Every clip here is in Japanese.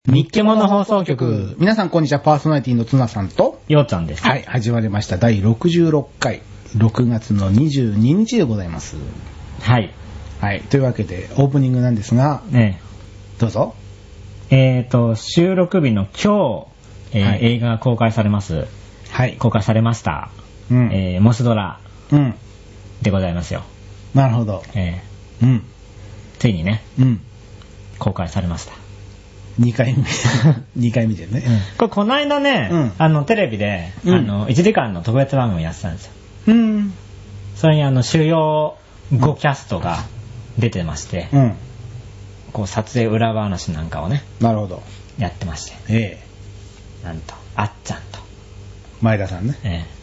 日記物放送局。 皆さんこんにちは。パーソナリティのツナさんとようちゃんです。 はい、始まりました第66回6月の22日でございます。 はいはい、というわけでオープニングなんですが、どうぞ。 収録日の今日、 はい、 映画が公開されます。 はい、 公開されました。モスドラでございますよ。 なるほど。 ついにね、公開されました。 2回目2回目でね、 この間ね、テレビで、1時間の特別番組やってたんですよ。それに主要5キャストが出てまして、こう撮影裏話なんかをね、 なるほど、 やってまして、なんとあっちゃんと前田さんね、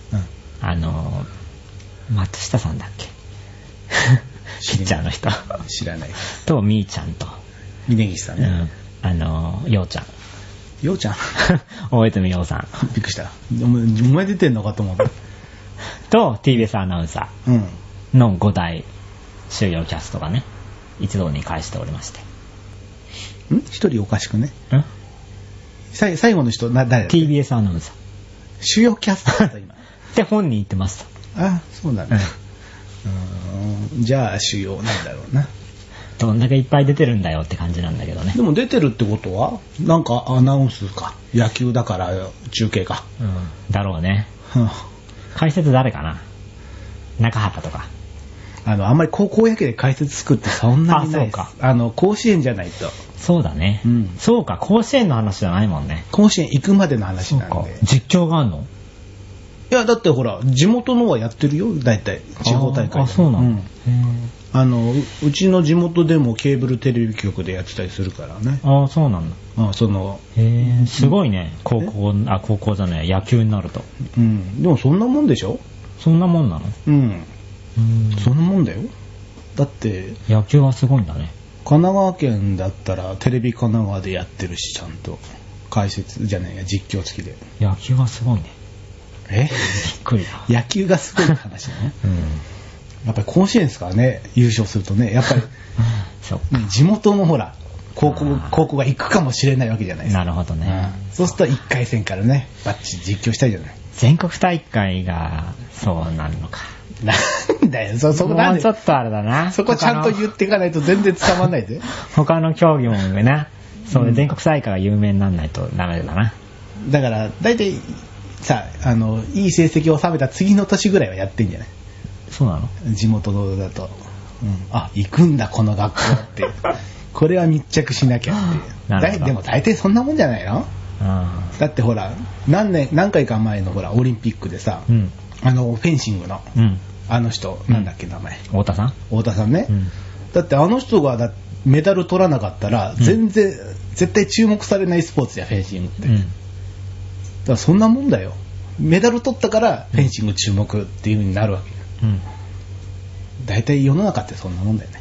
松下さんだっけピッチャーの人知らないとみーちゃんと峯岸さんね、 ようちゃん大泉洋さんびっくりした。お前出てんのかと思ったと TBS アナウンサーの5大主要キャストがね一堂に会しておりまして、 一人おかしくね。最後の人誰だっけ？ TBS アナウンサー主要キャストだった今って本人言ってました。 あ、そうなんだ、じゃあ主要なんだろうな。 どんだけいっぱい出てるんだよって感じなんだけどね。 でも出てるってことはなんかアナウンスか、野球だから中継か、 だろうね。解説誰かな、中畑とか。 あんまり高校野球で解説作ってそんなにないです。 そうか、 甲子園じゃないと。 そうだね、そうか、甲子園の話じゃないもんね。 甲子園行くまでの話なんで。そうか、 実況があんの？ いやだってほら地元のはやってるよ、大体地方大会で。 そうなの、 うちの地元でもケーブルテレビ局でやってたりするからね。 そうなんだ。すごいね。高校じゃない、野球になると。 でもそんなもんでしょ。 そんなもんなの？ そんなもんだよ。だって野球はすごいんだね。 神奈川県だったらテレビ神奈川でやってるし、ちゃんと解説じゃないや、実況付きで。 野球はすごいね。びっくりだ。 野球がすごい話ね。やっぱり甲子園ですからね、優勝するとね、やっぱり地元のほら高校が行くかもしれないわけじゃないですか。 なるほどね。 そうすると1回戦からねバッチリ実況したいじゃない。 全国大会がそうなるのか。 なんだよ、そこなんで。 もうちょっとあれだな。 そこちゃんと言っていかないと全然伝わらないで。 他の競技もね、そういう全国大会が有名にならないとダメだな。 だから大体さ、いい成績を収めた次の年ぐらいはやってんじゃない。 そうなの？ 地元だと、行くんだこの学校ってこれは密着しなきゃってでも大体そんなもんじゃないの？だってほら何回か前のほらオリンピックでさ、フェンシングの、あの人、なんだっけ名前、 太田さんね、だってあの人がメダル取らなかったら全然、絶対注目されないスポーツやフェンシングって、だからそんなもんだよ。メダル取ったからフェンシング注目っていう風になるわけよ。大体世の中ってそんなもんだよ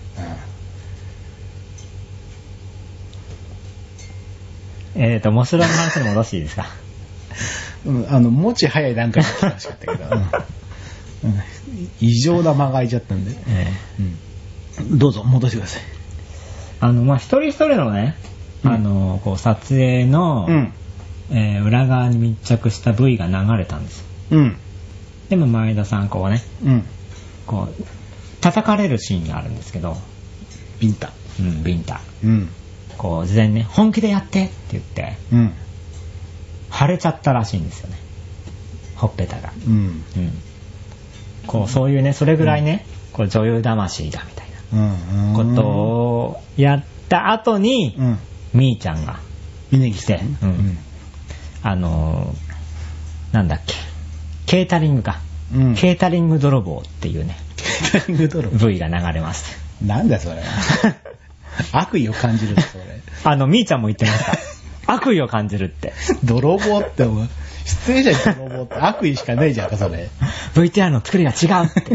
ね。モスラの話に戻していいですか？ もうちょい早い段階で来てほしかったけど、異常な間が空いちゃったんで、どうぞ戻してください。 一人一人のね、こう撮影の、裏側に密着した V が流れたんですよ。でも前田さんこうね、こう叩かれるシーンがあるんですけど、 ビンタ、こう事前にね本気でやってって言って、腫れちゃったらしいんですよね、ほっぺたが。こうそういうね、それぐらいね、こう女優魂だみたいなことをやった後に、みーちゃんが来て、なんだっけ、ケータリングか、ケータリング泥棒っていうね、V が流れます。 なんだそれ悪意を感じるってそれ。 みーちゃんも言ってました悪意を感じるって。 泥棒ってお前失礼じゃん。泥棒って悪意しかないじゃんかそれ。 VTR の作りが違うって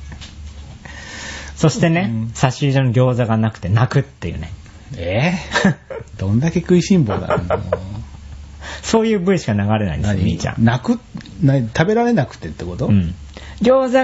そしてね、差し入れの餃子がなくて泣くっていうね。 どんだけ食いしん坊だろう。 そういう V しか流れないんですよ、みーちゃん。 食べられなくてってこと？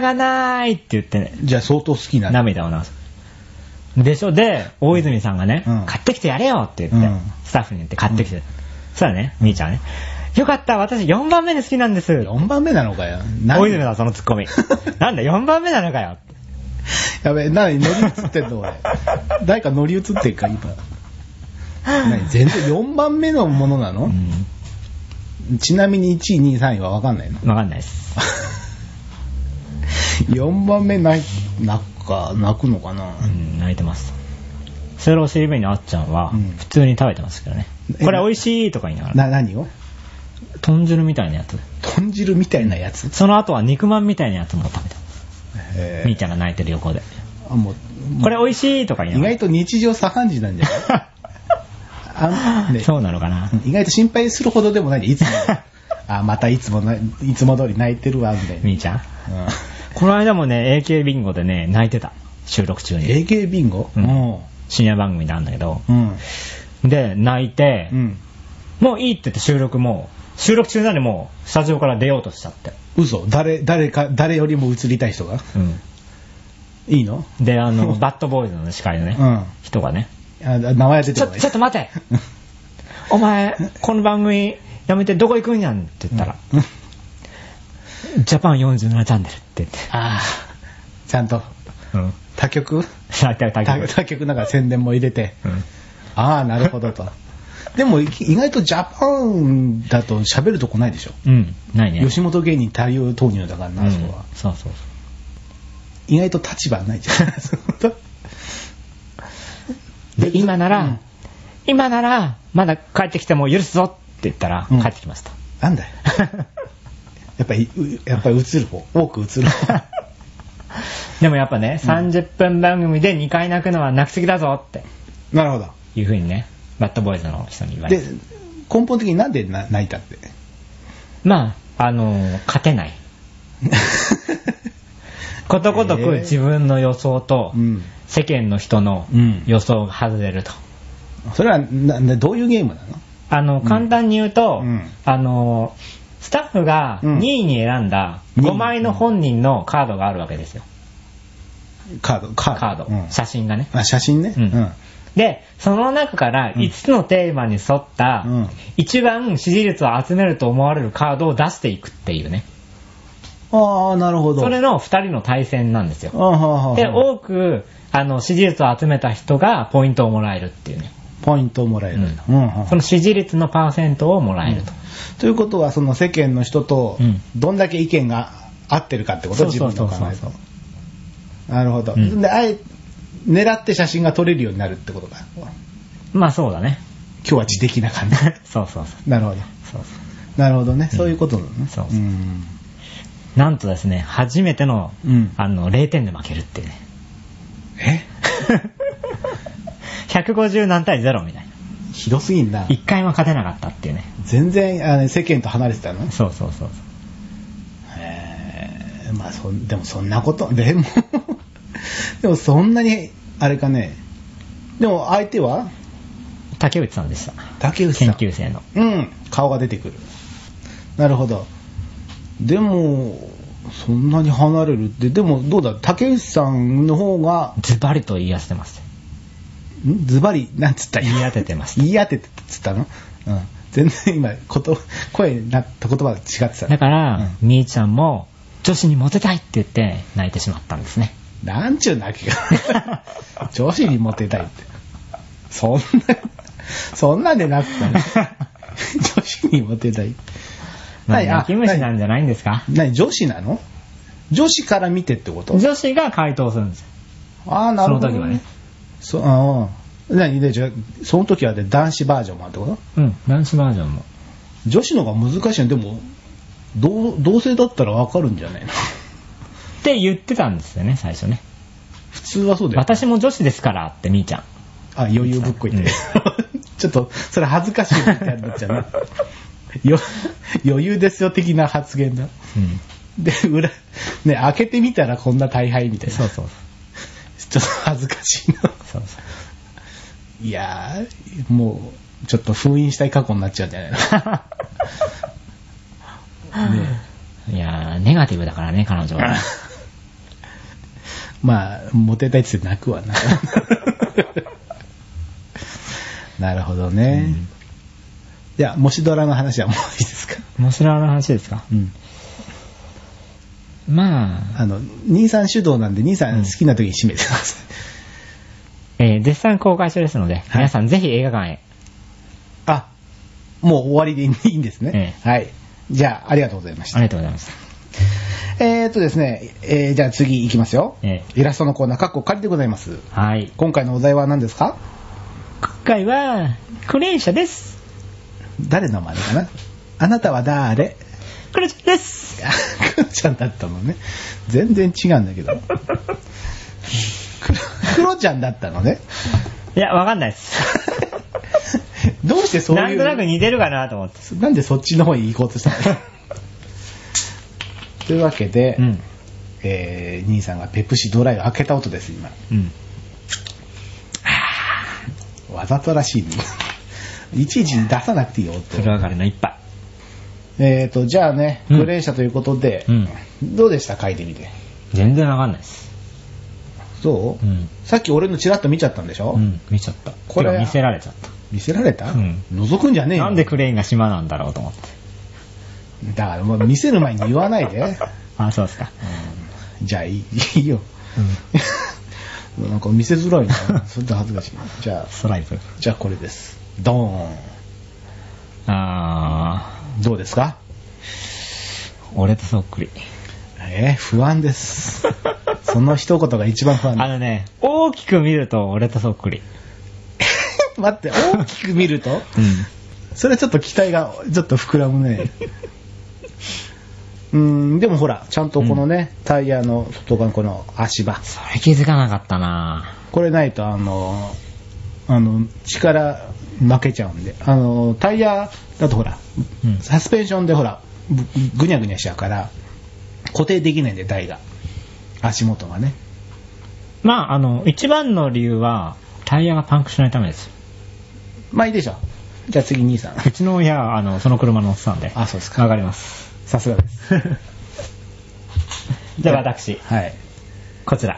餃子がないって言ってね。 じゃあ相当好きな涙を流す。 でしょ。で、大泉さんがね、買ってきてやれよって言って、スタッフに言って買ってきて。そしたらね、みーちゃんね、よかった、私4番目で好きなんです。 4番目なのかよ。 大泉さんそのツッコミ。なんだ4番目なのかよ。 やべえ、何乗り移ってんの俺。誰か乗り移ってんか今。全然4番目のものなの？ちなみに1位、2位、3位は分かんないの？ 分かんないです。 4番目泣くのかな？ 泣いてます。それを知り目にあっちゃんは普通に食べてますけどね。これ美味しいとか言いながら。 何を？ 豚汁みたいなやつ。 豚汁みたいなやつ？ その後は肉まんみたいなやつも食べてます。みーちゃんが泣いてる横で。これ美味しいとか言いながら。 意外と日常茶飯事なんじゃない？ ね、そうなのかな。 意外と心配するほどでもない。いつもまたいつも通り泣いてるわみたいな。 みーちゃん、この間もね AK ビンゴでね泣いてた、収録中に。 AK ビンゴ、 深夜番組なんだけど、で泣いて、もういいって言って収録中なんでもうスタジオから出ようとしちゃって。 嘘？誰よりも映りたい人が、いいの？ でバッドボーイズの司会のね、人がね、 名前出てこない。 ちょっと待てお前この番組やめてどこ行くんやんって言ったら、ジャパン47チャンネルって言って、 ちゃんと、他局他局なんか宣伝も入れて、なるほどと。でも意外とジャパンだと喋るとこないでしょ。 ないね。 吉本芸人多様投入だからな、そこは。 そう。 意外と立場ないじゃん。 で今ならまだ帰ってきても許すぞって言ったら帰ってきました。 なんだよ。やっぱり映る方、多く映る方。 でもやっぱね、30分番組で2回泣くのは泣きすぎだぞって。 なるほど。 いう風にね、バッドボーイズの人に言われて。 で、根本的になんで泣いたって。 勝てない。ことごとく自分の予想と世間の人の予想が外れると。 それはどういうゲームなの？ 簡単に言うと、スタッフが2位に選んだ5枚の本人のカードがあるわけですよ。カード、写真がね。 写真ね。 で、その中から5つのテーマに沿った一番支持率を集めると思われるカードを出していくっていうね。 なるほど。 それの2人の対戦なんですよ。で、多く支持率を集めた人がポイントをもらえるっていうね。 ポイントをもらえる。 その支持率のパーセントをもらえると。 ということは、その世間の人とどんだけ意見が合ってるかってこと？自分の考えと。なるほど。で、狙って写真が撮れるようになるってことか。 そうだね。 今日は自的な感じ。 そう。 なるほど。なるほどね。そういうことなのね。 なんとですね、初めての0点で負けるっていうね。150何対0みたいな。 ひどすぎんな。 1回も勝てなかったっていうね。 全然世間と離れてたの？ そう。 でもそんなことでもそんなにあれかね。でも相手は竹内さんでした。 竹内さん、 研究生の。 顔が出てくる。なるほど。でもそんなに離れるって。でもどうだ、竹内さんの方がズバリと言い当ててます。 ズバリなんつった？ 言い当ててます。 言い当ててっつったの？全然今声になった言葉が違ってた。 だから、みーちゃんも女子にモテたいって言って泣いてしまったんですね。 なんちゅう泣きが。女子にモテたいって。そんなんで泣くかね。女子にモテたい。 泣き虫なんじゃないんですか？ 女子なの？女子から見てってこと？ 女子が回答するんですよ。 なるほど。 その時はね。 その時は男子バージョンもあってこと？ 男子バージョンも。 女子の方が難しいの。でも同性だったら分かるんじゃないの？ って言ってたんですよね、最初ね。 普通はそうだよ。 私も女子ですからってみーちゃん。 余裕ぶっこいて。ちょっとそれ恥ずかしいみたいになっちゃうね。余裕ですよ的な発言だ。で開けてみたらこんな大敗みたいな。ちょっと恥ずかしいな。いやー、もうちょっと封印したい過去になっちゃうんじゃないの。 いやー、ネガティブだからね、彼女は。 まあモテたいって泣くわな。なるほどね。じゃあもしドラの話はもういいですか？ もしドラの話ですか？まあ兄さん主導なんで兄さん好きな時に締めてください。絶賛公開中ですので、皆さんぜひ映画館へ。 あ、もう終わりでいいんですね。はい。じゃあありがとうございました。 ありがとうございました。 ですね、じゃあ次行きますよ。イラストのコーナー、カッコ仮でございます。 はい。 今回のお題は何ですか？ 今回は、クレーン車です。 誰の真似かな？あなたは誰？ クロちゃんです。 クロちゃんだったのね。全然違うんだけど。クロちゃんだったのね。 いや、わかんないです。 どうしてそういう。 なんとなく似てるかなと思って。 なんでそっちの方に行こうとしたの？というわけで、兄さんがペプシドライを開けた音です、今。わざとらしいね。いちいち出さなくていいよって。 風呂上がりの一杯。 じゃあね、クレーン車ということで、どうでした書いてみて。 全然わかんないです。 そう？さっき俺のチラッと見ちゃったんでしょ？ 見ちゃった。これ見せられちゃった。 見せられた？覗くんじゃねえよ。 なんでクレーンが島なんだろうと思って。 だからもう見せる前に言わないで。 あ、そうですか。 じゃあいいよ。なんか見せづらいな。それで恥ずかしい。じゃあストライプ。 じゃあこれです。ドーン。どうですか？ 俺とそっくり。 不安です。その一言が一番不安。 大きく見ると俺とそっくり。 待って、大きく見ると？それちょっと期待がちょっと膨らむね。でもほら、ちゃんとこのね、タイヤの外側のこの足場。 それ気づかなかったな。 これないと力負けちゃうんで、タイヤだとほら、サスペンションでほら、ぐにゃぐにゃしちゃうから、固定できないんで、台が。足元がね。 まあ、一番の理由は、タイヤがパンクしないためです。 まあいいでしょ。じゃあ次兄さん。 うちの親はその車乗ってたんで。 あ、そうですか。 わかります。 さすがです。 じゃあ私。 はい。 こちら。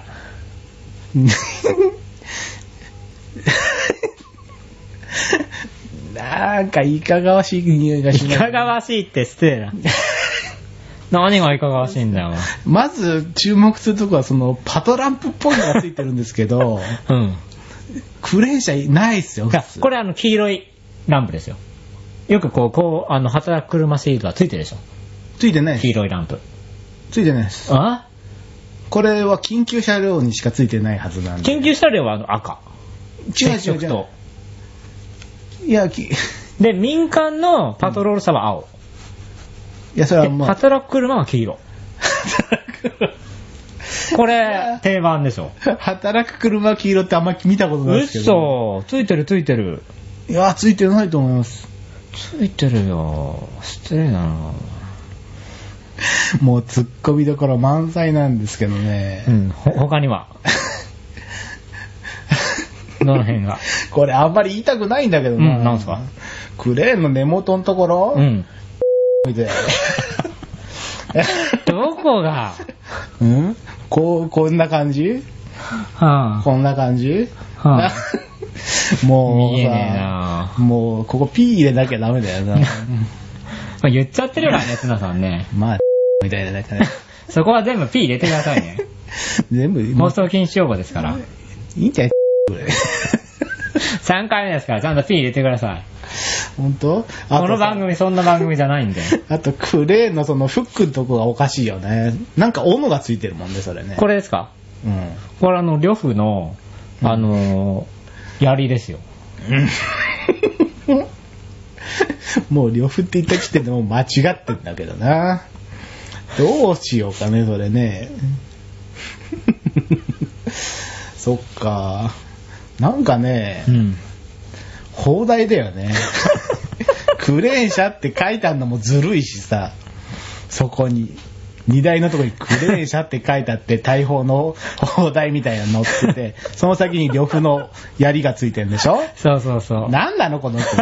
なんかいかがわしい匂いがします。 いかがわしいって失礼な。何がいかがわしいんだよ。 まず注目するとこはそのパトランプっぽいのがついてるんですけど、クレーン車ないっすよ。 これ黄色いランプですよ。よく働く車シールはついてるでしょ。 ついてないです。 黄色いランプ。 ついてないです。 あ？ これは緊急車両にしかついてないはずなんで。 緊急車両は赤。 違う。いや、 で、民間のパトロール車は青。 いや、それは働く車は黄色。これ、定番でしょ。 働く車黄色ってあんまり見たことないですけど。 嘘、ついてる。 いや、ついてないと思います。 ついてるよ。失礼だな。 もうツッコミどころ満載なんですけどね。 他にはどの辺が？ これあんまり言いたくないんだけどな。 なんすか？ クレーンの根元のところ？みたいな。 どこが？ こんな感じ？こんな感じ？もう見えねえな。 もうここ P 入れなきゃダメだよな。 言っちゃってるからね、ツナさんね。 まあみたいなね。 そこは全部 P 入れてくださいね。 全部放送禁止用語ですから。 いいんじゃない 3回目ですからちゃんと P 入れてください。 本当？ この番組そんな番組じゃないんで。 あとクレーンのそのフックのとこがおかしいよね。なんか斧がついてるもんね、それね。 これですか？これ呂布の槍ですよ。 もう呂布って言った時点でもう間違ってんだけどな。どうしようかね、それね。そっか。なんかね、放題だよね。クレーン車って書いてあるのもずるいしさ、そこに。荷台のところにクレーン車って書いてあって大砲の砲台みたいなの乗ってて、その先に呂布の槍がついてるんでしょ？ そう。 なんなのこの人。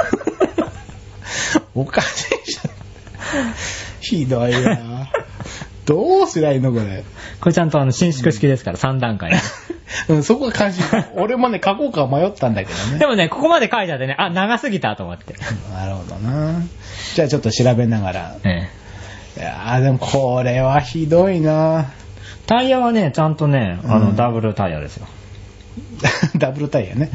おかしいじゃん。ひどいな。どうすりゃいいのこれ。 これちゃんと伸縮式ですから、3段階。 そこが肝心。俺もね、書こうか迷ったんだけどね。 でもね、ここまで書いてあってね、あ、長すぎたと思って。 なるほどな。じゃあちょっと調べながら。いやでもこれはひどいな。 タイヤはね、ちゃんとね、ダブルタイヤですよ。 ダブルタイヤね。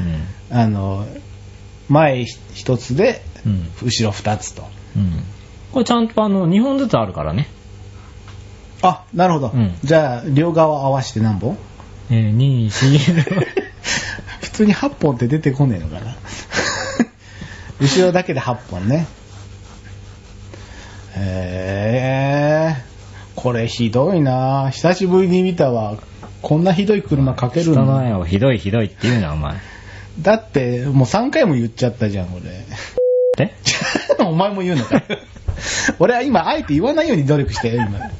前一つで、後ろ二つと。 これちゃんと2本ずつあるからね。 あ、なるほど。じゃあ、両側合わせて何本 2、4、 普通に8本って出てこねえのかな。後ろだけで8本ね。これひどいな。久しぶりに見たわ。こんなひどい車かけるの。 人の絵をひどいって言うな、お前。 だって、もう3回も言っちゃったじゃん、俺。 えお前も言うのか。俺は今、あえて言わないように努力してよ、今。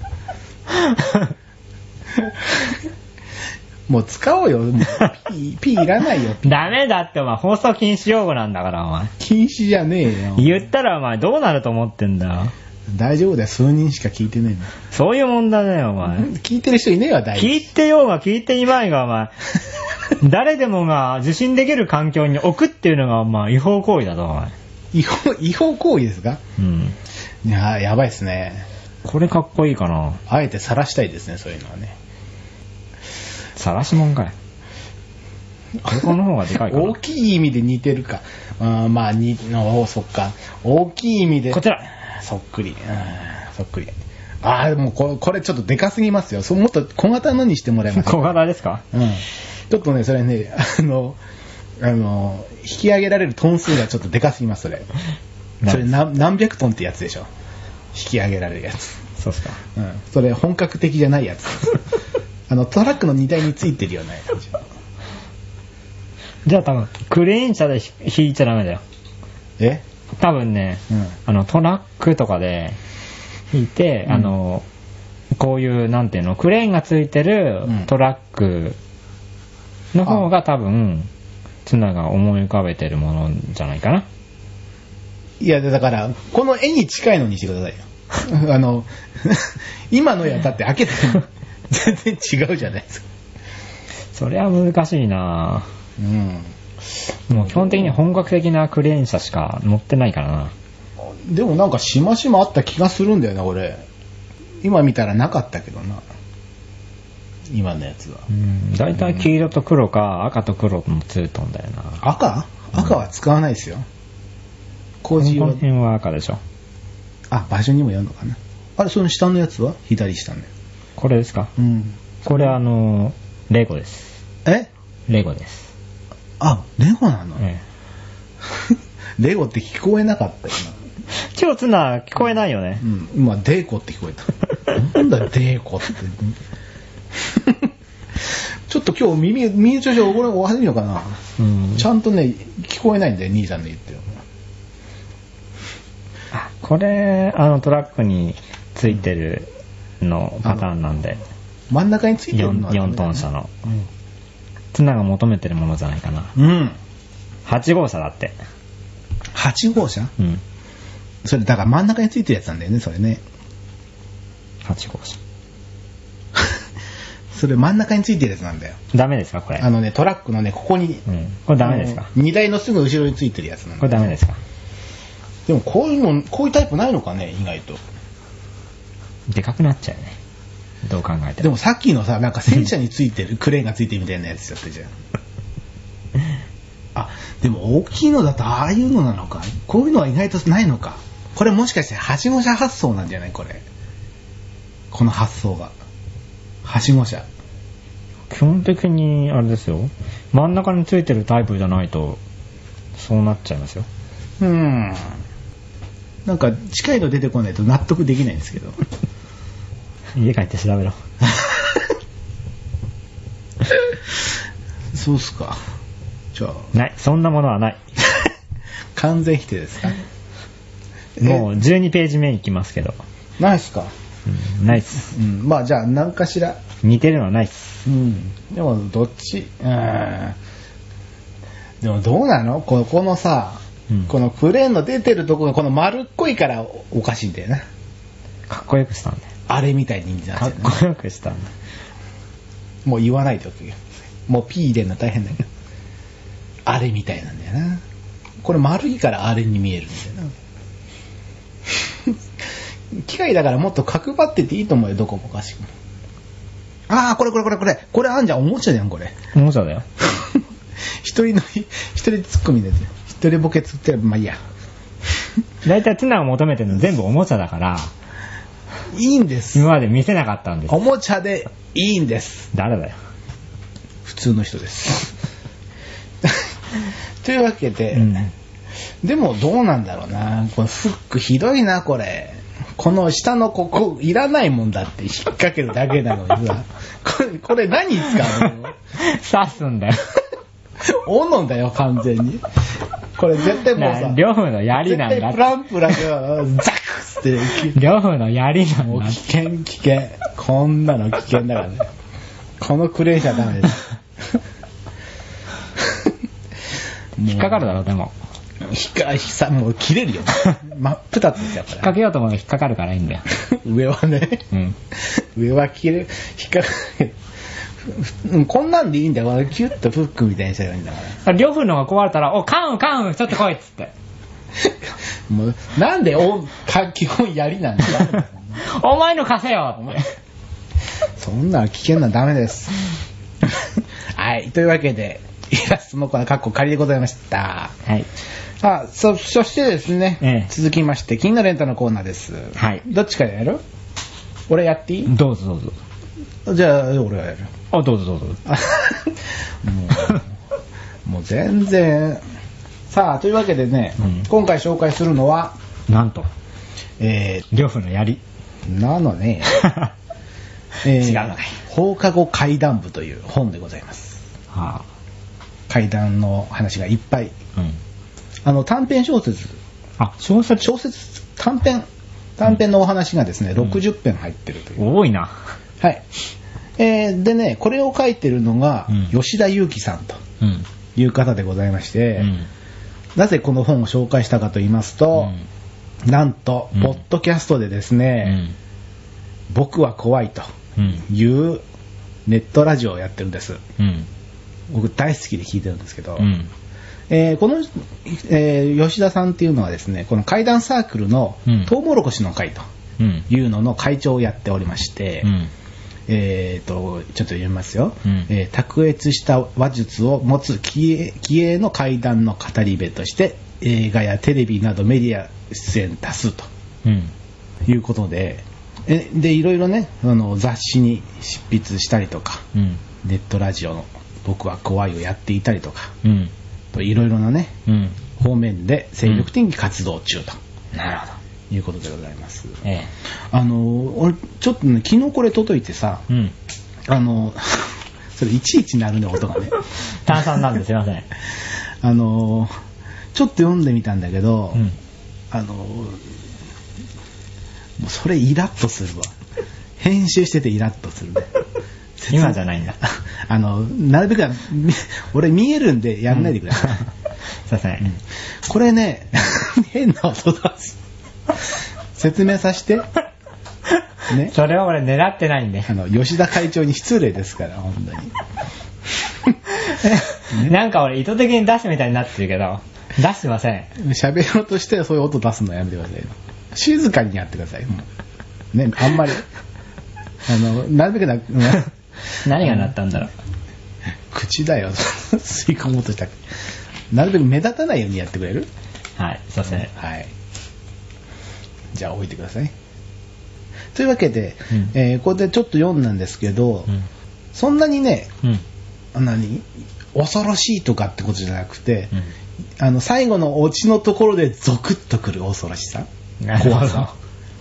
もう使おうよ。もうピーいらないよ。 ダメだって、お前、放送禁止用語なんだから、お前。 禁止じゃねえよ。 言ったら、お前、どうなると思ってんだよ。 大丈夫だよ、数人しか聞いてねえの。 そういう問題だよ、お前。 聞いてる人いねえわ、大丈夫。 聞いてようが聞いていまいが、お前。誰でもが受信できる環境に置くっていうのが、まあ、違法行為だぞ、お前。 違法行為ですか？いや、やばいっすね。 これかっこいいかな。 あえて晒したいですね、そういうのはね。 晒しもんかい。ここの方がでかいかな。 大きい意味で似てるか。まあ、そっか。大きい意味で。 こちら。 そっくり。そっくり。でもこれちょっとでかすぎますよ。もっと小型のにしてもらえますか？ 小型ですか？ ちょっとね、それね、引き上げられるトン数がちょっとでかすぎます、それ。それ何百トンってやつでしょ。引き上げられるやつ。 そうっすか。 それ本格的じゃないやつ。トラックの荷台についてるようなやつ。 じゃあ多分、クレーン車で引いちゃダメだよ。多分ね、トラックとかで引いて、こういう、なんていうの、クレーンがついてるトラックの方が多分、ツナが思い浮かべてるものじゃないかな。 いや、だから、この絵に近いのにしてくださいよ。今のやだって開けても全然違うじゃないですか。 それは難しいな。もう基本的に本格的なクレーン車しか乗ってないからな。 でもなんかしましまあった気がするんだよな、俺。今見たらなかったけどな。今のやつは。 だいたい黄色と黒か赤と黒のツートンだよな。 赤は使わないですよ。 この辺は赤でしょ。 場所にもよるのかな。あれ、その下のやつは左下の。 これですか？これレゴです。レゴです。 レゴなの？レゴって聞こえなかったよな。 今日ツナ聞こえないよね。 今デーコって聞こえた。なんだよデーコって。ちょっと今日耳調子おかしいのかな。ちゃんとね聞こえないんだよ、兄さんの言ってる。 これトラックについてるのパターンなんで。 真ん中についてるのは 4トン車の。ツナが求めてるものじゃないかな。8号車だって。 8号車？それだから真ん中についてるやつなんだよね、それね。 8号車。 それ真ん中についてるやつなんだよ。 ダメですかこれ？ トラックのね、ここに。 これダメですか？ 荷台のすぐ後ろについてるやつなんだよ。 これダメですか？ でもこういうタイプないのかね、意外と。 でかくなっちゃうよね。どう考えても。 でもさっきのさ、なんか戦車についてるクレーンがついてるみたいなやつだったじゃん。でも大きいのだとああいうのなのか。こういうのは意外とないのか。これもしかしてはしご車発想なんじゃないこれ。この発想が。はしご車。 基本的にあれですよ。真ん中についてるタイプじゃないとそうなっちゃいますよ。 なんか近いの出てこないと納得できないんですけど。 家帰って調べろ。 そうっすか。じゃあない、そんなものはない。 完全否定ですか？ もう12ページ目いきますけど。 ないっすか？ ないっす。 まあじゃあ何かしら似てるのはないっす。 でもどっち？でもどうなの？このさ、このクレーンの出てるとこがこの丸っこいからおかしいんだよな。 かっこよくしたんだよ。 あれみたいになってる、 かっこよくしたんだ。 もう言わないでおくよ。もう P 入れるの大変だけど。あれみたいなんだよな。これ丸いからあれに見えるんだよな。機械だからもっと角張ってていいと思うよ、どこもかしこも。ああ、これあんじゃん、おもちゃじゃん、これ。 おもちゃだよ。 一人ツッコミで、一人ボケつってまあいいや。 だいたいツナを求めてるの全部おもちゃだから、 いいんです。 今まで見せなかったんです。 おもちゃでいいんです。 誰だよ。 普通の人です。というわけで、でもどうなんだろうな。これフックひどいな、これ。この下のここいらないもんだって引っ掛けるだけなのにさ。これ何に使うの？ 刺すんだよ。 斧だよ、完全に。これ絶対もうさ、 両夫の槍なんだ。 絶対プランプラがザクって。 両夫の槍なんだ。 もう危険。こんなの危険だからね。このクレーンじゃダメです。 引っかかるだろ、でも。 もう切れるよ。真っ二つですよ、これ。 引っ掛けようと思うと引っかかるからいいんだよ。 上はね。上は切れる。引っかかる。こんなんでいいんだよ。キュッとフックみたいにしたらいいんだから。 両夫のが壊れたら、カウン、ちょっと来いっつって。 もうなんで基本槍なんだよ。 お前の貸せよって。 そんな危険なダメです。はい。というわけで、イラストのコーナー、カッコ仮でございました。 はい。 そしてですね、続きまして、気になるエンタのコーナーです。はい。どっちからやる？俺やっていい？ どうぞ。 じゃあ、俺がやる。 どうぞ。 もう全然。さあ、というわけでね、今回紹介するのは、 なんと、両夫の槍。 なのね、 違うのかい。 放課後怪談部という本でございます。はあ、怪談の話がいっぱい。短編小説。 小説短編のお話がですね、60編入ってるという。 多いな。 はい。でね、これを書いてるのが、吉田裕樹さんという方でございまして、なぜこの本を紹介したかと言いますと、なんと、ポッドキャストでですね、僕は怖いというネットラジオをやってるんです。僕大好きで聞いてるんですけど、この、吉田さんっていうのはですね、この怪談サークルのトウモロコシの会というのの会長をやっておりまして、ちょっと読みますよ。卓越した話術を持つ気鋭の怪談の語り部として映画やテレビなどメディア出演多数ということで、いろいろね、雑誌に執筆したりとか、ネットラジオの僕は怖いをやっていたりとか、いろいろなね、方面で精力的に活動中と。 なるほど。 いうことでございます。俺ちょっとね、昨日これ届いてさ、それいちいち鳴るね、音がね。 炭酸なんですいません。 ちょっと読んでみたんだけど、もうそれイラッとするわ。編集しててイラッとするね。 今じゃないんだ。 なるべく俺見えるんでやんないでください。 すいません。 これね、変な音出す。説明させて。 ね。それは俺狙ってないんで。 吉田会長に失礼ですから、本当に。なんか俺意図的に出すみたいになってるけど、出してません。 喋ろうとしてそういう音出すのやめてください。静かにやってください。ね、あんまり。なるべく何が鳴ったんだろう。 口だよ。吸い込もうとした。なるべく目立たないようにやってくれる？ はい、すいません。 はい。じゃあ置いてください。というわけで、これでちょっと読んだんですけど、そんなにね、恐ろしいとかってことじゃなくて、最後のオチのところでゾクッとくる恐ろしさ、怖さ。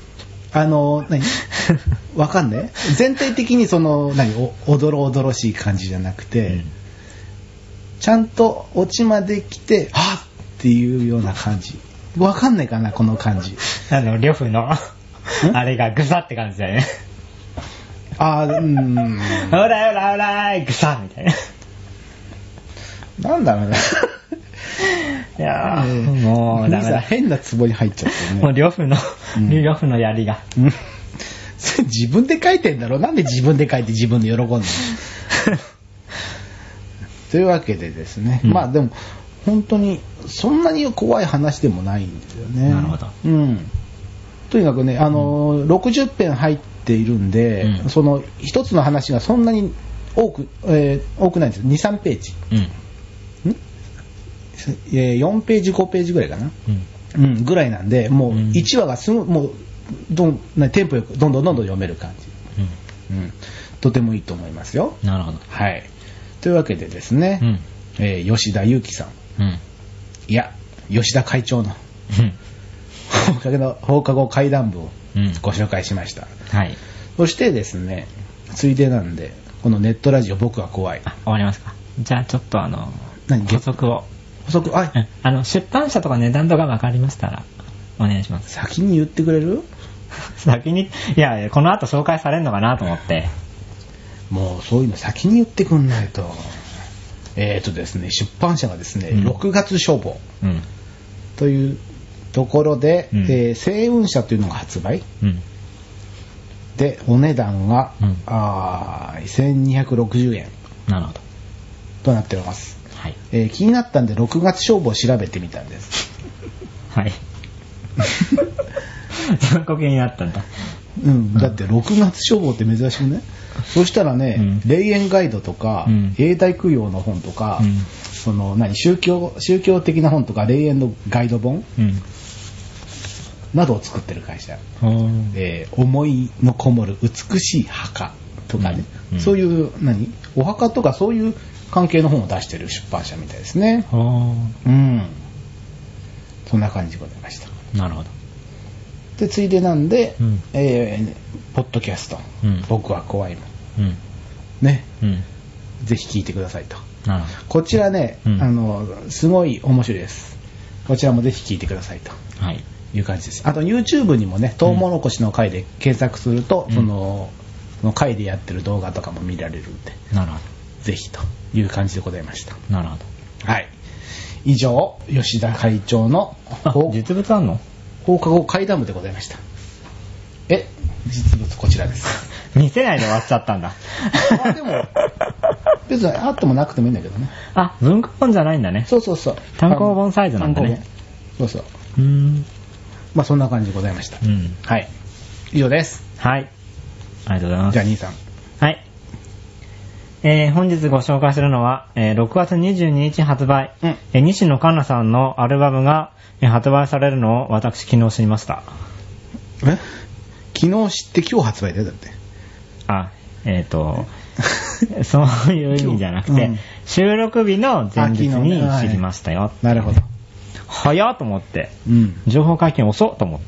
わかんねえ。全体的におどろおどろしい感じじゃなくて、ちゃんとオチまで来て、はっっていうような感じ。わかんないかな、この感じ。 呂布のあれがグサって感じだよね。ほらほらほらグサみたいな。 なんだろうね。 いやもうダメだ。 変なツボに入っちゃってね。 もう呂布の槍が。 自分で書いてんだろ。なんで自分で書いて自分で喜んでんの？ というわけでですね、まあでも本当にそんなに怖い話でもないんですよね。 なるほど。 とにかくね、60編入っているんで、その一つの話がそんなに多くないんですよ。2、3ページ。4ページ、5ページぐらいかな。ぐらいなんで、もう1話がすぐ、もうテンポよくどんどん読める感じ。とてもいいと思いますよ。 なるほど。 はい。というわけでですね、吉田裕樹さん、いや吉田会長の放課後怪談部をご紹介しました。 はい。 そしてですね、ついでなんでこのネットラジオ僕は怖い。 終わりますか。じゃあちょっと補足を。出版社とか値段とか分かりましたらお願いします。 先に言ってくれる？ 先に、いやこの後紹介されるのかなと思って。 もうそういうの先に言ってくんないと。ですね、出版社がですね、6月書房というところで、星雲社というのが発売、でお値段が、1260円なるほどとなっております。 はい。 気になったんで6月書房を調べてみたんです。 はいそこ気になったんだ。 だって6月書房って珍しくね。そしたらね、霊園ガイドとか、永代供養の本とか、その宗教的な本とか霊園のガイド本、などを作ってる会社、思いのこもる美しい墓とかね、そういうお墓とかそういう関係の本を出してる出版社みたいですね。そんな感じでございました。 なるほど。 でついでなんで、ポッドキャスト、僕は怖いもん、ね、ぜひ聞いてくださいと。 なるほど。 こちらね、すごい面白いです。こちらもぜひ聞いてくださいという感じです。あと YouTube にもね、トウモロコシの回で検索すると、その回でやってる動画とかも見られるんで、 なるほど、 ぜひという感じでございました。 なるほど。はい。以上、吉田会長の実物あんの？ 放課後怪談部でございました。実物こちらです。 見せないで終わっちゃったんだ。 でも別にあってもなくてもいいんだけどね。 文庫本じゃないんだね。 そうそうそう。 単行本サイズなんだね。 そうそう。まあそんな感じでございました。はい。以上です。 はい。ありがとうございます。 じゃあ兄さん。 はい。本日ご紹介するのは、6月22日発売、西野カナさんのアルバムが発売されるのを私昨日知りました。 昨日知って今日発売だよ、だって。 そういう意味じゃなくて、収録日の前日に知りましたよ。 なるほど。 早っと思って、情報解禁遅っと思って、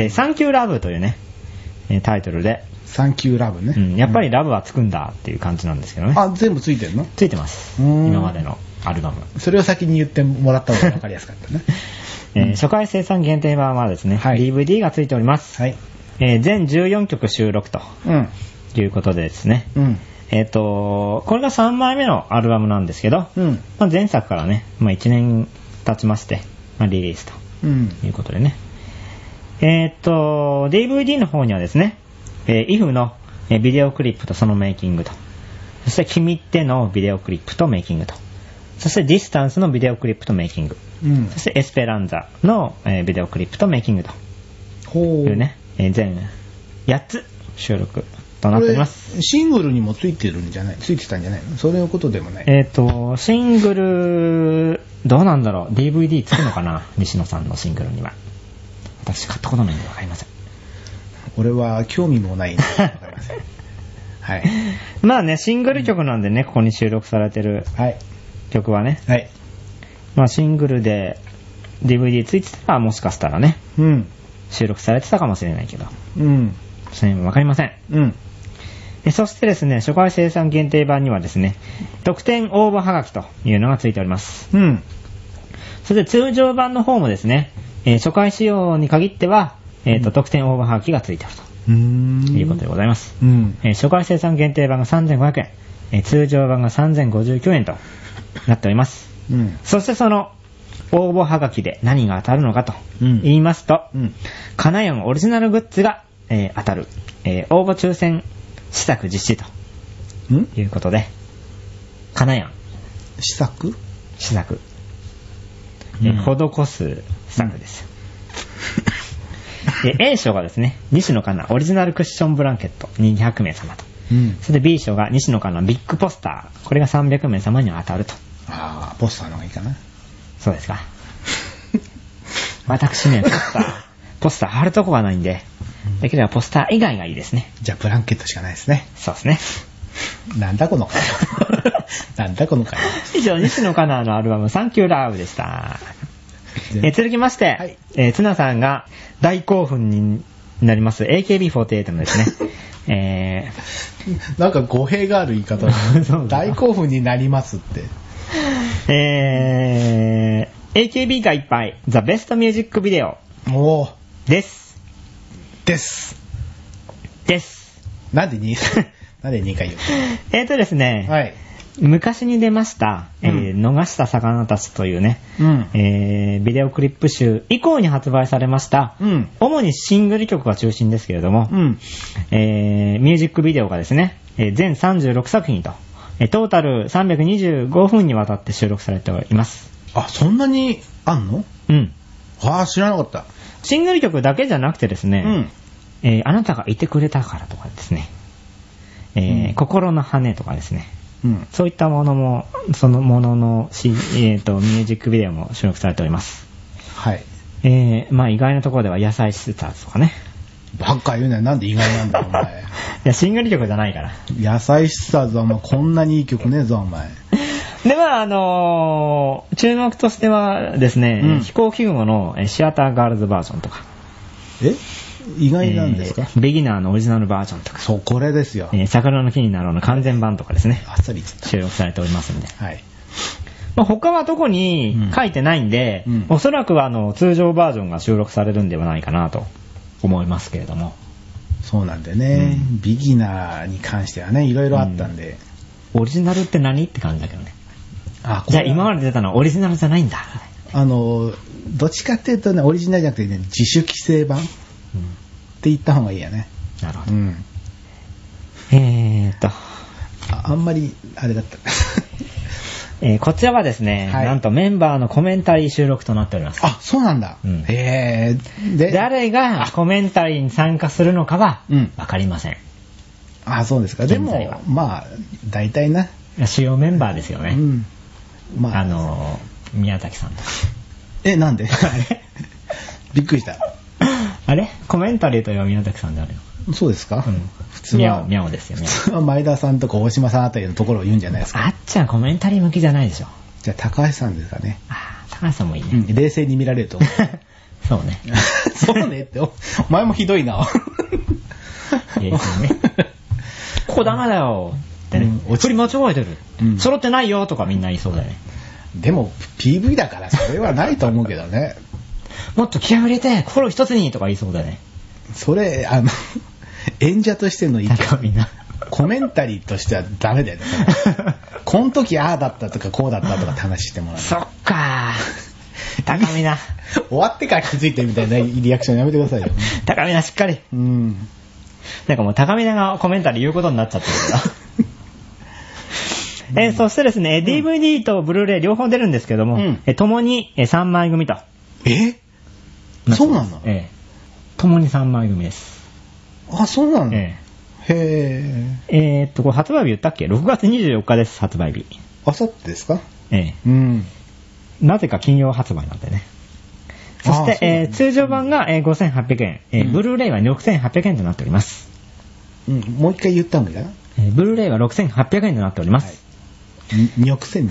サンキューラブというね、タイトルで、 サンキューラブね、 やっぱりラブはつくんだっていう感じなんですけどね。 全部ついてるの？ ついてます。今までのアルバム。 それを先に言ってもらった方が分かりやすかったね。 初回生産限定版はですね、DVD がついております。全14曲収録ということでですね、これが3枚目のアルバムなんですけど、前作からね、1年経ちまして、リリースということでね、DVD の方にはですね、IF のビデオクリップとそのメイキングと、そして君ってのビデオクリップとメイキングと、そしてディスタンスのビデオクリップとメイキング、そしてエスペランザのビデオクリップとメイキングというね、全8つ収録となっております。 シングルにもついてたんじゃないの？そういうことでもない。 シングルどうなんだろう、 DVD つくのかな西野さんのシングルには。私買ったことないんで分かりません。 俺は興味もないんで分かりません。はい。 まあね、シングル曲なんでね、ここに収録されてる曲はね、シングルで DVD ついてたらもしかしたらね、収録されてたかもしれないけど、それも分かりません。そしてですね、初回生産限定版にはですね、特典応募はがきというのがついております。それで通常版の方もですね、初回仕様に限っては、特典応募はがきがついているということでございます。初回生産限定版が3500円、通常版が3059円となっております。そしてその応募はがきで何が当たるのかと言いますと、カナヨンオリジナルグッズが、当たる、応募抽選試作実施ということで、金谷試作施す作ですよ。A 賞がですね、西野カナオリジナルクッションブランケット200名様と、それで B 賞が西野カナビッグポスター、これが300名様に当たると。 ああ、ポスターの方がいいかな。 そうですか。私ね、ポスター貼るとこがないんで、できればポスター以外がいいですね。 じゃあブランケットしかないですね。 そうですね。 なんだこの会なんだこの会以上、西野カナのアルバムサンキューラブでした。続きまして、はい、ツナさんが大興奮になります AKB48 のですね、 なんか語弊がある言い方大興奮になりますって。 AKB がいっぱい The Best Music Video です。 なんで2回言うですね、 はい、 昔に出ました、逃した魚たちというね、ビデオクリップ集以降に発売されました、主にシングル曲が中心ですけれども、ミュージックビデオがですね、全36作品と、トータル325分にわたって収録されております。 あ、そんなにあんの？ああ、知らなかった。 シングル曲だけじゃなくてですね、あなたがいてくれたからとかですね、心の羽とかですね、そういったものも、そのもののミュージックビデオも収録されております。 はい。 まあ意外なところでは野菜シスターズとかね。 ばっか言うね。なんで意外なんだお前。 いや、シングル曲じゃないから。 野菜シスターズはまあこんなにいい曲ねえぞお前。 で、まあ注目としてはですね、飛行機雲のシアターガールズバージョンとか。 意外なんですか？ ビギナーのオリジナルバージョンとか。 そう、これですよ。 桜の木になろうの完全版とかですね。 あっさり収録されておりますんで。 はい。 まあ、他は特に書いてないんで、おそらくは通常バージョンが収録されるんではないかなと思いますけれども。 そうなんでね、ビギナーに関してはね、いろいろあったんで。 オリジナルって何って感じだけどね。じゃあ今まで出たのはオリジナルじゃないんだ。 どっちかっていうとね、オリジナルじゃなくてね、自主規制版、って言った方がいいよね。 なるほど。 あんまりあれだった。 こちらはですね、なんとメンバーのコメンタリー収録となっております。 あ、そうなんだ。 で、誰がコメンタリーに参加するのかはわかりません。 あ、そうですか。でもまあ大体な主要メンバーですよね。 まあ宮崎さんとか。 なんで？びっくりした。 あれ？コメンタリーといえば宮崎さんであるよ。そうですか？ 普通はミャオですよね。 普通は前田さんとか大島さんあたりのところを言うんじゃないですか。 あっちゃんコメンタリー向きじゃないでしょ。 じゃあ高橋さんですかね。 高橋さんもいいね。 冷静に見られると思う。 そうね。 そうねって、お前もひどいな。 冷静ね。ここダメだよってね。振り間違えてる。揃ってないよとかみんな言いそうだよね。 でも PV だからそれはないと思うけどね。 もっと気合を入れて心一つにとか言いそうだよね。 それ演者としての意見、コメンタリーとしてはダメだよね。この時ああだったとかこうだったとか話してもらう。 そっかー。高見な。 終わってから気づいてみたいなリアクションやめてくださいよ。 高見なしっかり。なんかもう高見ながコメンタリー言うことになっちゃってるから。そしてですね、DVD とブルーレイ両方出るんですけども、共に3枚組と。 そうなの？ 共に3枚組です。 あ、そうなの？へえ。これ発売日言ったっけ？ 6 月24日です、発売日。 あさってですか？ なぜか金曜発売なんでね。そして、通常版が5800円、ブルーレイは6800円となっております。 もう一回言ったんだよ。 ブルーレイは6800円となっております。 6000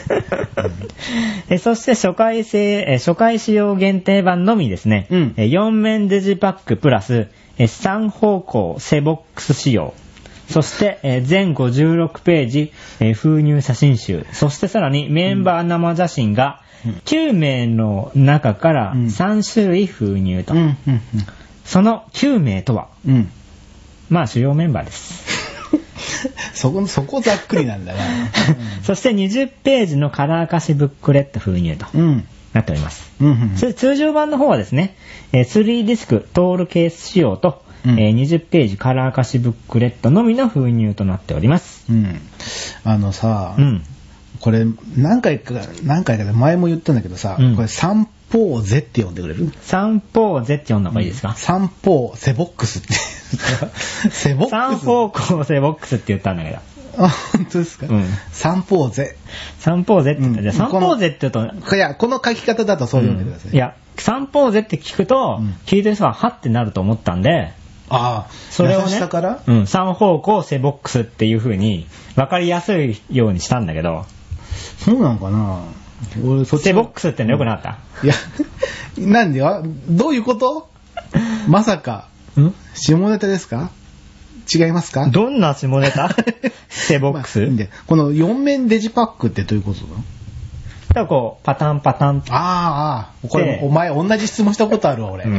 そして初回使用限定版のみですね、4面デジパックプラス3方向セボックス仕様、そして全56ページ封入写真集、そしてさらにメンバー生写真が9名の中から3種類封入と、その9名とは、まあ主要メンバーです。 そこざっくりなんだな。 そして20ページのカラー貸しブックレット封入となっております。通常版の方はですね、3ディスクトールケース仕様と 20ページカラー貸しブックレットのみの封入となっております。 さ、これ何回かで前も言ったんだけどさ、これ三方ゼって呼んでくれる？ 三方ゼって呼んだ方がいいですか？ 三方セボックスってセボックス三方向セボックスって言ったんだけど。 あ、本当ですか？三方ゼ。 三方ゼって言ったら、三方ゼって言うと、 いや、この書き方だとそう読んでください。 いや、三方ゼって聞くと、聞いてる人ははってなると思ったんで、それをね、三方向セボックスっていう風に分かりやすいようにしたんだけど、 そうなのかな？ 俺セボックスってのよくなかった？ いや、なんでどういうこと？まさか下ネタですか？違いますか？ どんな下ネタ？セボックス、 この4面デジパックってどういうことなの？ だからこうパタンパタンって。 これお前同じ質問したことあるわ俺。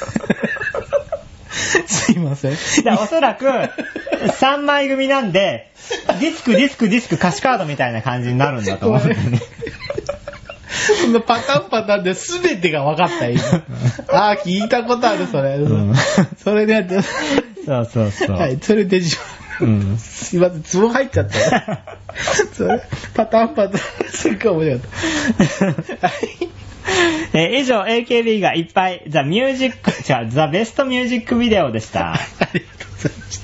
すいません。 おそらく3枚組なんでディスク歌詞カードみたいな感じになるんだと思うんだよね。 そのパタンで全てが分かった今。聞いたことあるそれ。それでやって。 そう。 はい、それデジパック。すいません、ツボ入っちゃったよ。それパタンするか面白かった。 以上 AKB がいっぱいザ・ベストミュージックビデオでした。 ありがとうございました。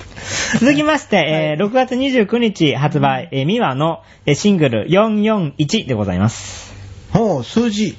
続きまして、6月29日発売、ミワのシングル441でございます。 数字。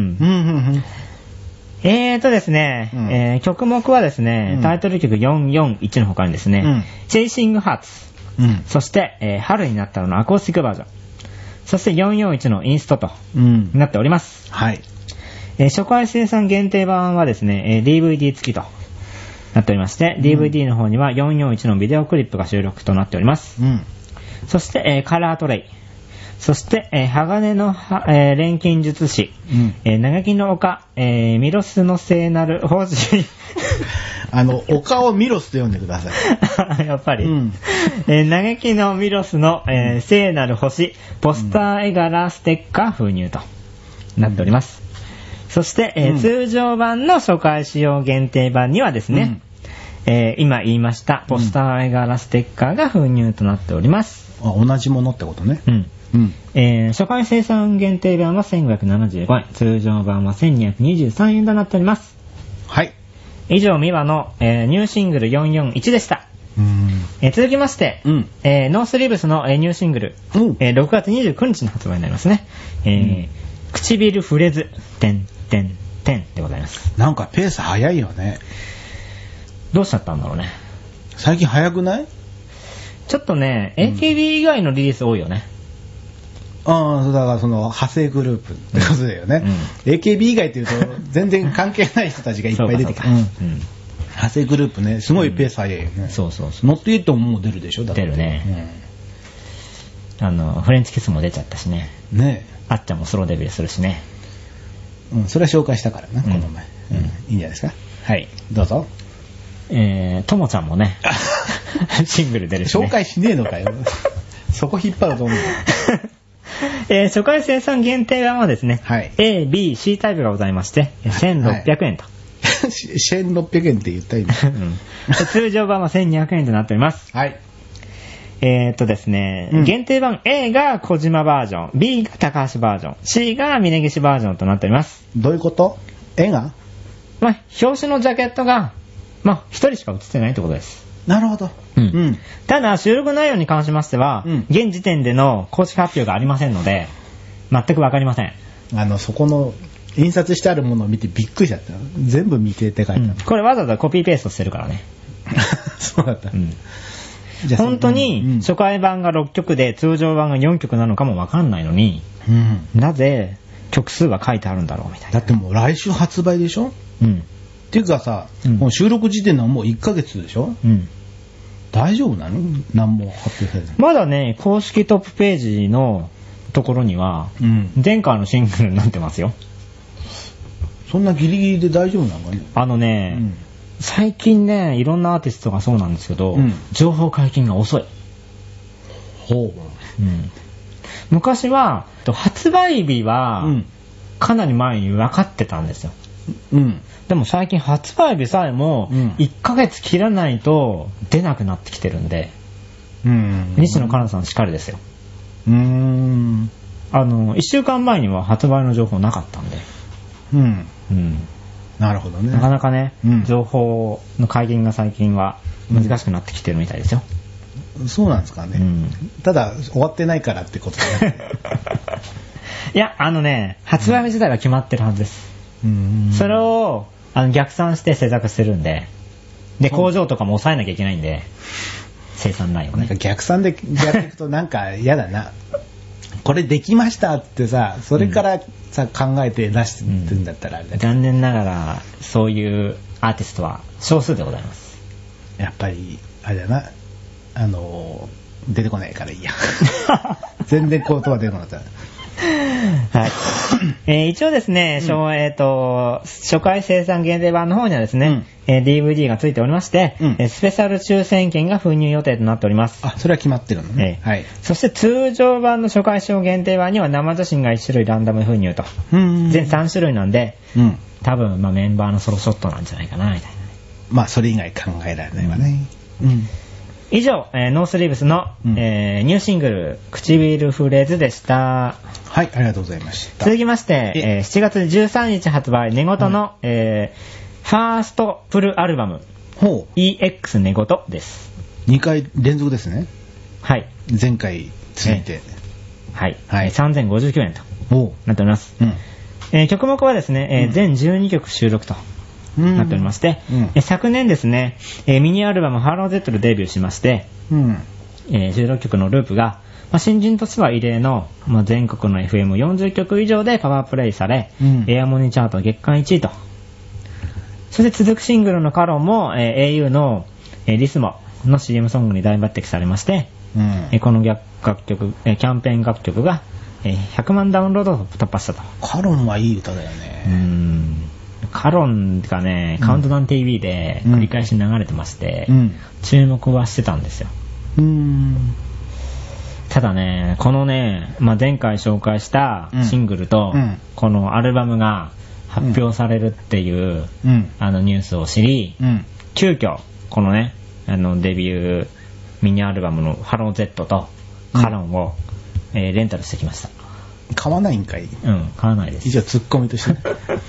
ですね、曲目はですね、タイトル曲441の他にですね、チェイシングハーツ、そして、春になったのアコースティックバージョン、そして441のインストとなっております。初回生産限定版はですね、DVD 付きとなっておりまして、DVD の方には441のビデオクリップが収録となっております。そして、カラートレイ、そして、鋼の、錬金術師、長木の丘、ミロスの聖なる星丘をミロスと読んでください。やっぱり。長木のミロスの、聖なる星、ポスター絵柄ステッカー封入となっております。そして、通常版の初回使用限定版にはですね、今言いましたポスター絵柄ステッカーが封入となっております。 同じものってことね。 初回生産限定版は1575円、通常版は1223円となっております。 はい。 以上、ミワの、ニューシングル441でした。続きまして、ノースリーブスの、ニューシングル、6月29日の発売になりますね。唇触れず、てんでございます。 なんかペース早いよね。 どうしちゃったんだろうね。 最近早くない？ ちょっとね、AKB 以外のリリース多いよね。 だからその派生グループってことだよね。AKB 以外っていうと全然関係ない人たちがいっぱい出てくる。派生グループね、すごいペース早いよね。 そう。 ノットイットももう出るでしょ？ 出るね。フレンチキスも出ちゃったしね。あっちゃんもソロデビューするしね。 それは紹介したからな、この前。いいんじゃないですか。 はい。 どうぞ。 ともちゃんもね、シングル出るしね。 紹介しねえのかよ。そこ引っ張ると思う。 初回生産限定版はですね、A、B、C タイプがございまして、1600円と。 1600円って言った今。 通常版は1200円となっております。 はい。 ですね、限定版 A が小島バージョン、B が高橋バージョン、C が峯岸バージョンとなっております。 どういうこと？絵が？ 表紙のジャケットが、一人しか写ってないってことです。 なるほど。 ただ、収録内容に関しましては、現時点での公式発表がありませんので、全くわかりません。 そこの印刷してあるものを見てびっくりしちゃった。全部未定って書いてある。 これわざわざコピーペーストしてるからね。 そうだった。 本当に初回版が6曲で通常版が4曲なのかもわかんないのに、なぜ曲数は書いてあるんだろうみたいな。 だってもう来週発売でしょ？っていうかさ、もう収録時点のもう1ヶ月でしょ？大丈夫なの？何も発表されてない。 まだね、公式トップページのところには、前回のシングルになってますよ。 そんなギリギリで大丈夫なのかね？ 最近ね、いろんなアーティストがそうなんですけど、情報解禁が遅い。昔は発売日はかなり前に分かってたんですよ。 でも最近発売日さえも1ヶ月切らないと出なくなってきてるんで、西野カナさんしかりですよ。1週間前には発売の情報なかったんで。 なるほどね。 なかなかね、情報の解禁が最近は難しくなってきてるみたいですよ。 そうなんですかね。ただ終わってないからってことね。 いや、発売日自体は決まってるはずです。それを逆算して制作してるんで、工場とかも抑えなきゃいけないんで、生産ラインをね。 なんか逆算でやっていくとなんか嫌だな。これできましたってさ、それからさ、考えて出してるんだったらあれだけど、 残念ながらそういうアーティストは少数でございます。 やっぱりあれだな、出てこないからいいや。全然言葉出てこなかった。 はい。一応ですね、初回生産限定版の方にはですね、DVD がついておりまして、スペシャル抽選券が封入予定となっております。 あ、それは決まってるのね。はい。 そして通常版の初回賞限定版には生写真が1種類ランダム封入と。全3種類なんで、多分メンバーのソロショットなんじゃないかな、みたいな。 まあ、それ以外考えられないわね。 以上、ノースリーブスの、ニューシングル、唇フレーズでした。 はい、ありがとうございました。 続きまして、7月13日発売、寝言の、ファーストフルアルバム、EX 寝言です。 2回連続ですね。 はい。 前回続いて。 はい。3059円となっております。曲目はですね、全12曲収録となっておりまして、昨年ですね、ミニアルバムハロー Z でデビューしまして、16曲のループが、新人としては異例の、全国の FM40 曲以上でパワープレイされ、エアモニチャート月間1位と。そして続くシングルのカロンも、au の、リスモの CM ソングに大抜擢されまして、この楽曲、キャンペーン楽曲が、100万ダウンロードを突破したと。 カロンはいい歌だよね。 カロンがね、カウントダウン TV で繰り返し流れてまして、注目はしてたんですよ。ただね、このね、前回紹介したシングルと、このアルバムが発表されるっていう、ニュースを知り、急遽、このね、デビューミニアルバムのハロー Z とカロンを、レンタルしてきました。 買わないんかい？ 買わないです。 一応ツッコミとして。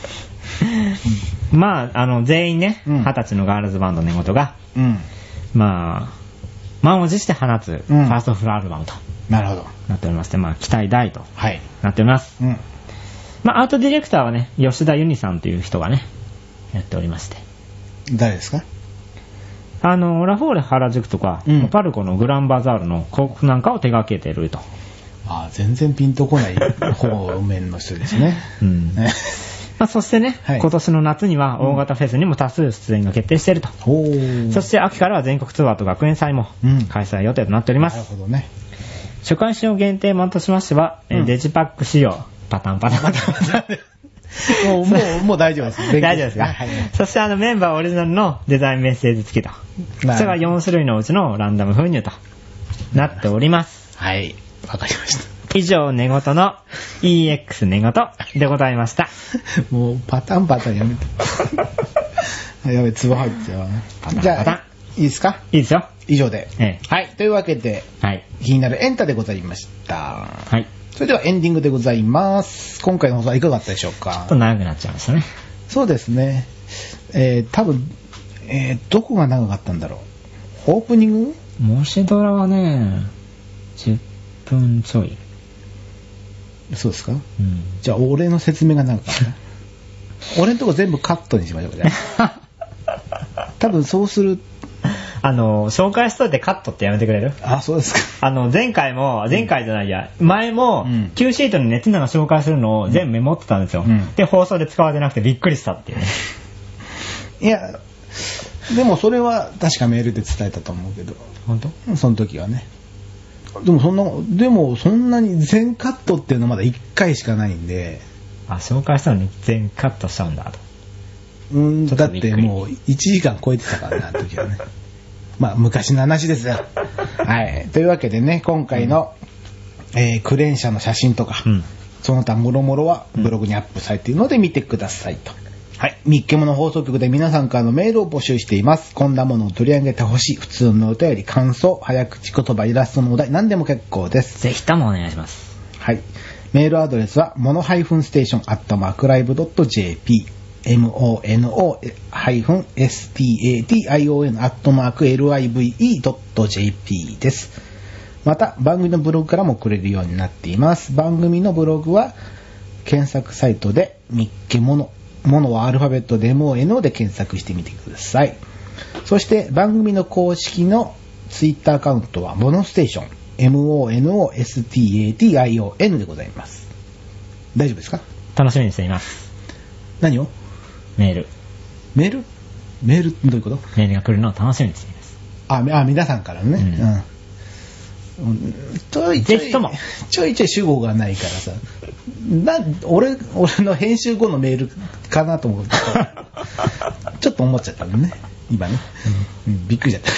全員ね、20歳のガールズバンド寝言が、満を持して放つファーストフルアルバムとなっておりまして、期待大となっております。アートディレクターはね、吉田由美さんという人がね、やっておりまして。 誰ですか？ ラフォーレ原宿とか、パルコのグランバザールの広告なんかを手掛けていると。 全然ピンとこない方面の人ですね。 そしてね、今年の夏には大型フェスにも多数出演が決定していると。そして秋からは全国ツアーと学園祭も開催予定となっております。 なるほどね。 初回使用限定版としましては、デジパック仕様、パタン。 もう大丈夫です。 大丈夫ですか？そしてメンバーオリジナルのデザインメッセージ付きと。それが4種類のうちのランダム封入となっております。 はい。わかりました。 以上、寝言の EX 寝言でございました。 もうパタンやめて。やべ、ツボ入っちゃう。じゃあ、いいですか？ いいですよ。 以上で。はい。というわけで、気になるエンタでございました。 はい。 それではエンディングでございます。今回の放送はいかがだったでしょうか？ ちょっと長くなっちゃいましたね。 そうですね。多分、どこが長かったんだろう。オープニング？ もしドラはね、10分ちょい。 そうですか？じゃあ俺の説明が長かった。俺のとこ全部カットにしましょうか。多分そうする。 紹介しといてカットってやめてくれる？ そうですか。 前回じゃないや、前も Q シートにね、ツナが紹介するのを全部メモってたんですよ。で、放送で使われてなくてびっくりしたっていうね。 いや、でもそれは確かメールで伝えたと思うけど。 本当？ その時はね。でもそんなに全カットっていうのまだ1回しかないんで。 紹介したのに全カットしちゃうんだと。 だってもう1時間超えてたからな、あの時はね。昔の話ですよ。はい。というわけでね、今回の、クレーン車の写真とか、その他もろもろはブログにアップされているので見てくださいと。 はい。みっけもの放送局で皆さんからのメールを募集しています。こんなものを取り上げてほしい。普通のお便り、感想、早口言葉、イラストのお題、何でも結構です。 ぜひともお願いします。 はい。メールアドレスは、mono-station@live.jp mono-station@live.jp です。また、番組のブログからもくれるようになっています。番組のブログは、検索サイトで、みっけもの。ものはアルファベットでMONOで検索してみてください。そして番組の公式のツイッターアカウントはモノステーション MONOSTATION でございます。大丈夫ですか？ 楽しみにしています。 何を？ メールどういうこと？ メールが来るのを楽しみにしています。 皆さんからね。ぜひともちょいちょい主語がないからさ、俺の編集後のメールかなと思ってちょっと思っちゃったのね今ね、びっくりしちゃった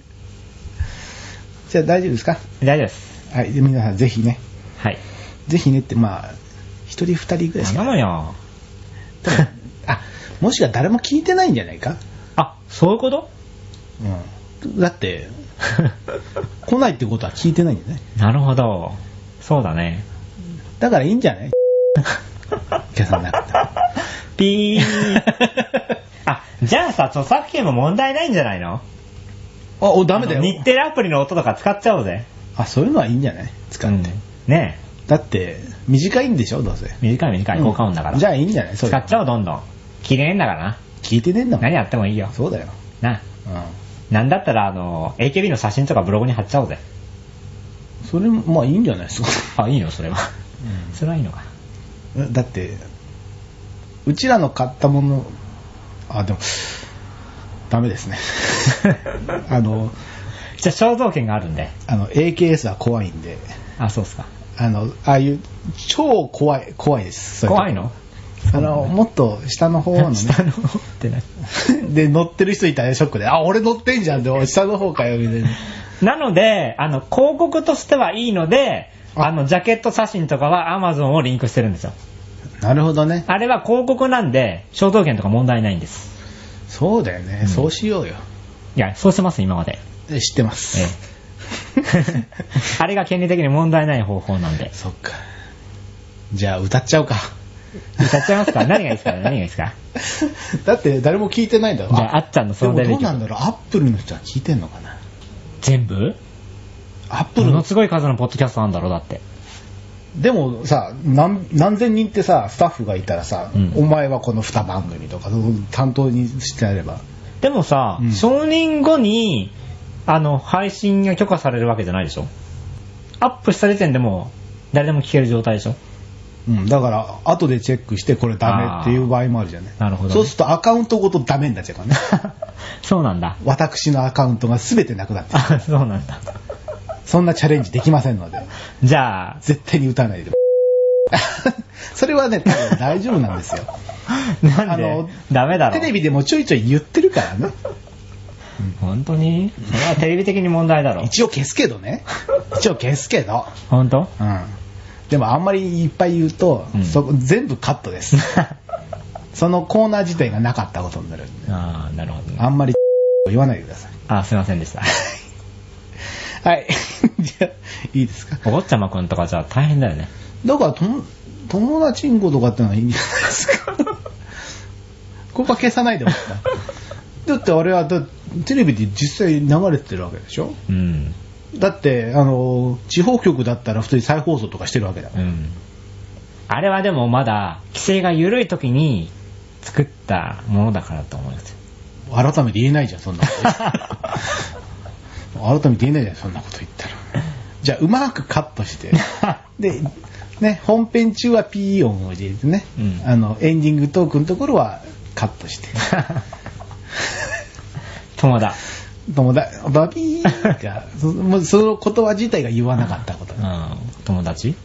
じゃあ大丈夫ですか？ 大丈夫です。 はい、皆さんぜひね、 はい、 ぜひねって一人二人ぐらいしか頼むよもしか誰も聞いてないんじゃないか？ そういうこと？ だって来ないってことは聞いてないんじゃない？ なるほど、そうだね。 だからいいんじゃない？消さなくてピーじゃあさ、著作権も問題ないんじゃないの？ ダメだよ。 日テレアプリの音とか使っちゃおうぜ。 そういうのはいいんじゃない？使って、 ねえ。だって短いんでしょ、どうせ。 短い効果音だから。 じゃあいいんじゃない？ 使っちゃおう、どんどん。聞いてねえんだからな。 聞いてねえんだもん。 何やってもいいよ。 そうだよな。なんだったらAKB の写真とかブログに貼っちゃおうぜ。 それもいいんじゃないですか？ いいのそれは。それはいいのか。 だってうちらの買ったものでもダメですねじゃあ肖像権があるんで AKS は怖いんで。 そうっすか。 ああいう超怖いです。 怖いの？ もっと下の方のね下の方って何で乗ってる人いたらショックで俺乗ってんじゃんで下の方かよみたいなので広告としてはいいのでジャケット写真とかは Amazon をリンクしてるんですよ。 なるほどね。 あれは広告なんで肖像権とか問題ないんです。 そうだよね、そうしようよ。 いや、そうしてます今まで。 知ってます、 あれが権利的に問題ない方法なんで。 そっか。じゃあ歌っちゃおうか。 歌っちゃいますか？何がいいですか？ だって誰も聞いてないんだろ。 じゃあっちゃんのそのレベル。 どうなんだろう、アップルの人は聞いてんのかな。 全部？ アップルものすごい数のポッドキャストなんだろう。だってでもさ、何千人ってさスタッフがいたらさ、お前はこの2番組とか担当にしてやれば。 でもさ、承認後に配信が許可されるわけじゃないでしょ。アップした時点でも誰でも聞ける状態でしょ。 だから後でチェックしてこれダメっていう場合もあるじゃない。 なるほど、ね。 そうするとアカウントごとダメになっちゃうからね。 そうなんだ。 私のアカウントが全てなくなって。 そうなんだ。 そんなチャレンジできませんので。 じゃあ絶対に打たないで。それはね、多分大丈夫なんですよ。 なんでダメだろ。 テレビでもちょいちょい言ってるからね。 本当に？それはテレビ的に問題だろ。 一応消すけどね。 本当？ でもあんまりいっぱい言うと、全部カットです。そのコーナー自体がなかったことになる。 なるほど、ね。 あんまり言わないでください。 すいませんでした。 はい。じゃあいいですか。 お坊ちゃまくんとかじゃあ大変だよね。 だから友達んごとかってのはいいんじゃないですか。ここは消さないでもらった。だってあれはテレビで実際流れてるわけでしょ。だって地方局だったら普通に再放送とかしてるわけだから、 あれはでもまだ規制が緩い時に作ったものだからと思いますよ。 改めて言えないじゃんそんなこと改めて言えないじゃんそんなこと言ったら。じゃあうまくカットしてでね、本編中はピー音を入れてね、エンディングトークのところはカットして友達バビーがもうその言葉自体が言わなかったこと、 友達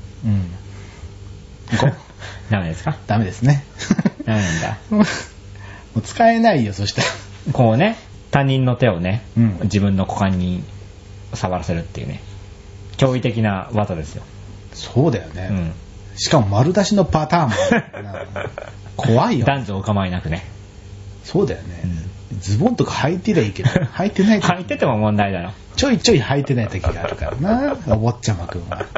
ダメですか？ ダメですね。 ダメなんだ。 もう使えないよ。そしたらこうね、他人の手をね、自分の股間に触らせるっていうね、驚異的な技ですよ。 そうだよね、 しかも丸出しのパターンもある怖いよ。 男女お構いなくね。 そうだよね、ズボンとか履いてりゃいいけど、履いてない時履いてても問題だろ。 ちょいちょい履いてない時があるからな、お坊ちゃまくんは。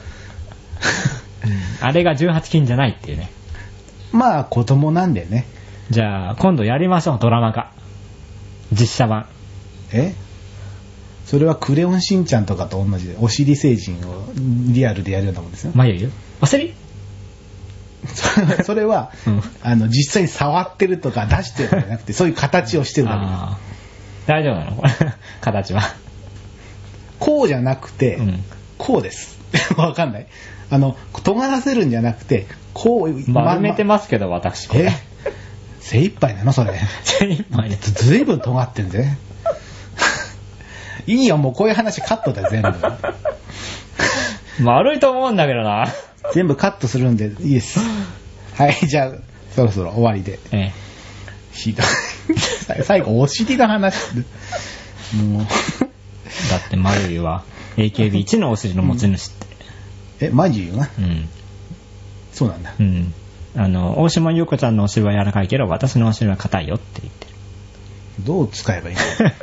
あれが18禁じゃないっていうね。 まあ子供なんでね。 じゃあ今度やりましょう、ドラマ化。実写版。 それはクレヨンしんちゃんとかと同じで、お尻星人をリアルでやるようなもんですよ。 眉お尻それは、実際に触ってるとか出してるんじゃなくて、そういう形をしてるだけです。 大丈夫なの形は。 こうじゃなくて、こうです。わかんない。尖らせるんじゃなくて、こう、 丸めてますけど、私これ。 精一杯なのそれ。 精一杯で。 ずいぶん尖ってんぜ。いいよ、もうこういう話カットだよ、全部。 丸いと思うんだけどな。 全部カットするんでいいです。はい、じゃあ、そろそろ終わりで。ひどい。最後、お尻の話。もう。 だって、マユユは AKB1 のお尻の持ち主って。 マジユが？そうなんだ。 大島優子ちゃんのお尻は柔らかいけど、私のお尻は硬いよって言ってる。 どう使えばいいの？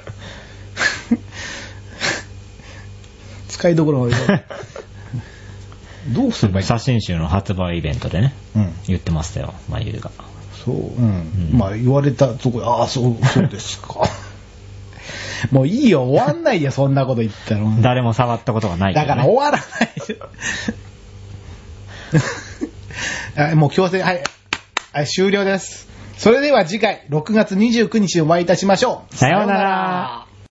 使いどころがどうすればいいの？ 写真集の発売イベントでね、言ってましたよ、マユユが。 そう、まあ言われたとこ、そうですか。もういいよ、終わんないでそんなこと言ったら。 誰も触ったことがない、 だから終わらない。もう強制、はい、終了です。それでは次回6月29日にお会いいたしましょう。 さようなら。